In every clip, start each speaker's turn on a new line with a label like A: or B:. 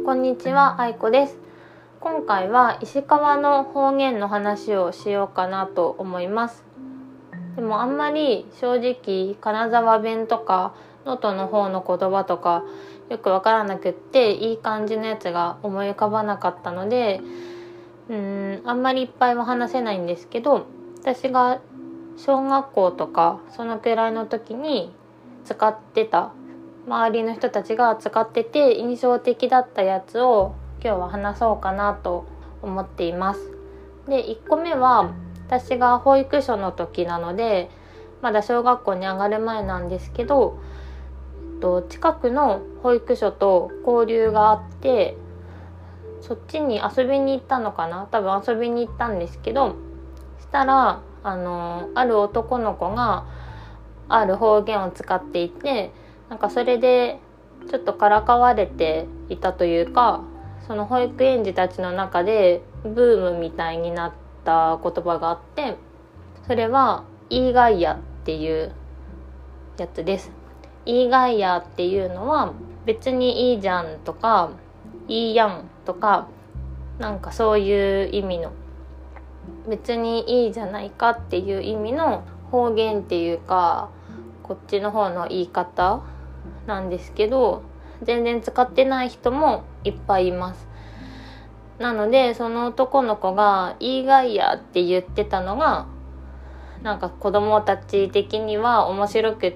A: こんにちは、あいこです。今回は石川の方言の話をしようかなと思います。でもあんまり正直金沢弁とか能登の方の言葉とかよくわからなくっていい感じのやつが思い浮かばなかったのであんまりいっぱいは話せないんですけど、私が小学校とかそのくらいの時に使ってた、周りの人たちが使ってて印象的だったやつを今日は話そうかなと思っています。で、1個目は私が保育所の時なのでまだ小学校に上がる前なんですけど、近くの保育所と交流があって、そっちに遊びに行ったのかな、多分遊びに行ったんですけど、したらある男の子がある方言を使っていて、なんかそれでちょっとからかわれていたというか、その保育園児たちの中でブームみたいになった言葉があって、それはイーガイヤっていうやつです。イーガイヤっていうのは別にいいじゃんとかいいやんとか、なんかそういう意味の、別にいいじゃないかっていう意味の方言っていうか、こっちの方の言い方なんですけど、全然使ってない人もいっぱいいます。なのでその男の子がイーガイヤって言ってたのがなんか子供たち的には面白くって、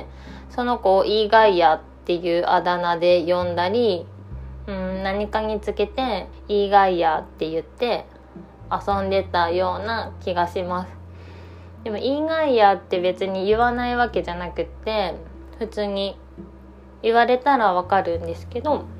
A: その子をイーガイヤっていうあだ名で呼んだり、何かにつけてイーガイヤって言って遊んでたような気がします。でもイーガイヤって別に言わないわけじゃなくって、普通に言われたらわかるんですけど、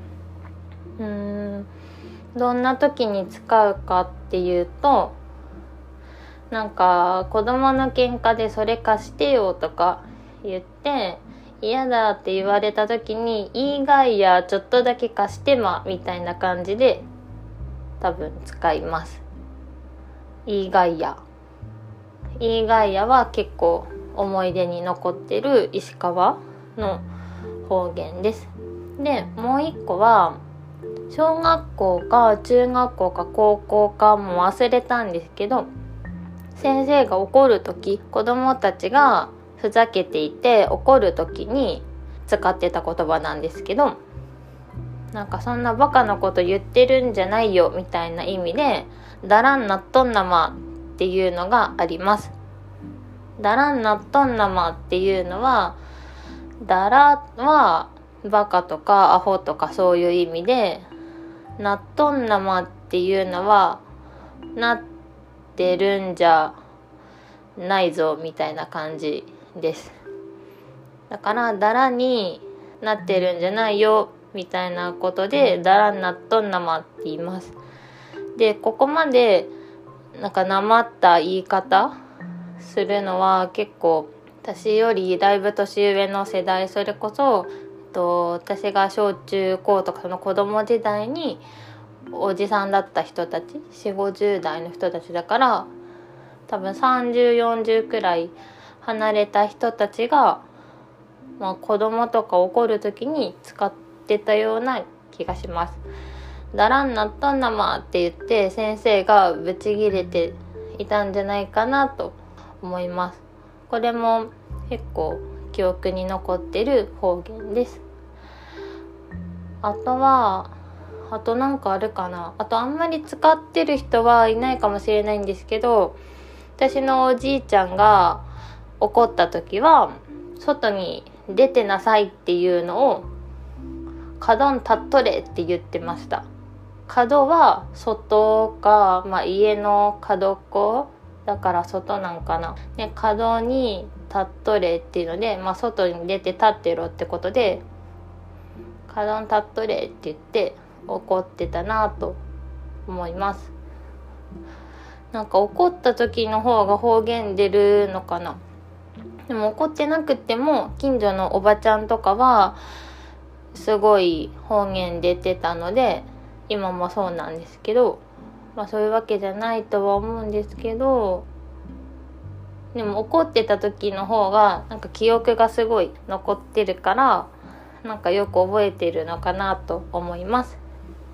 A: どんな時に使うかっていうと、なんか子供の喧嘩でそれ貸してよとか言って嫌だって言われた時にいいがいやちょっとだけ貸してまみたいな感じで多分使います。いいがいやは結構思い出に残ってる石川の方言です。で、もう一個は小学校か中学校か高校かも忘れたんですけど、先生が怒るとき、子供たちがふざけていて怒るときに使ってた言葉なんですけど、なんかそんなバカなこと言ってるんじゃないよみたいな意味でだらんなっとんなまっていうのがあります。だらんなっとんなまっていうのは、だらはバカとかアホとかそういう意味で、なっとんなまっていうのはなってるんじゃないぞみたいな感じです。だからだらになってるんじゃないよみたいなことでだらんなっとんなまって言います。で、ここまでなんかなまった言い方するのは結構私よりだいぶ年上の世代、それこそ私が小中高とかその子供時代におじさんだった人たち、4、50代の人たちだから、多分30、40くらい離れた人たちが、子供とか怒る時に使ってたような気がします。だらんなっとんなまって言って先生がブチギレていたんじゃないかなと思います。これも結構記憶に残ってる方言です。あとなんかあるかな。あとあんまり使ってる人はいないかもしれないんですけど、私のおじいちゃんが怒った時は外に出てなさいっていうのを角ん立っとれって言ってました。角は外か、家の角っこだから外なんかな。で、角に立っとれっていうので、外に出て立ってろってことで角ん立っとれって言って怒ってたなと思います。なんか怒った時の方が方言出るのかな。でも怒ってなくても近所のおばちゃんとかはすごい方言出てたので、今もそうなんですけど、そういうわけじゃないとは思うんですけど、でも怒ってた時の方がなんか記憶がすごい残ってるから、なんかよく覚えてるのかなと思います。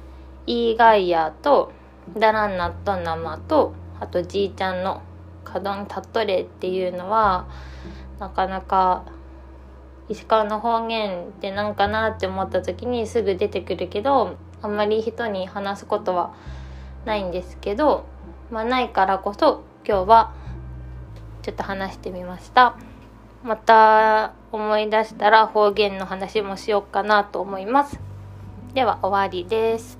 A: イーガイヤーとダランナットナマとあとじいちゃんのカドンタットレっていうのはなかなか石川の方言ってなんかなって思った時にすぐ出てくるけど、あんまり人に話すことはないんですけど、ないからこそ今日はちょっと話してみました。また思い出したら方言の話もしようかなと思います。では終わりです。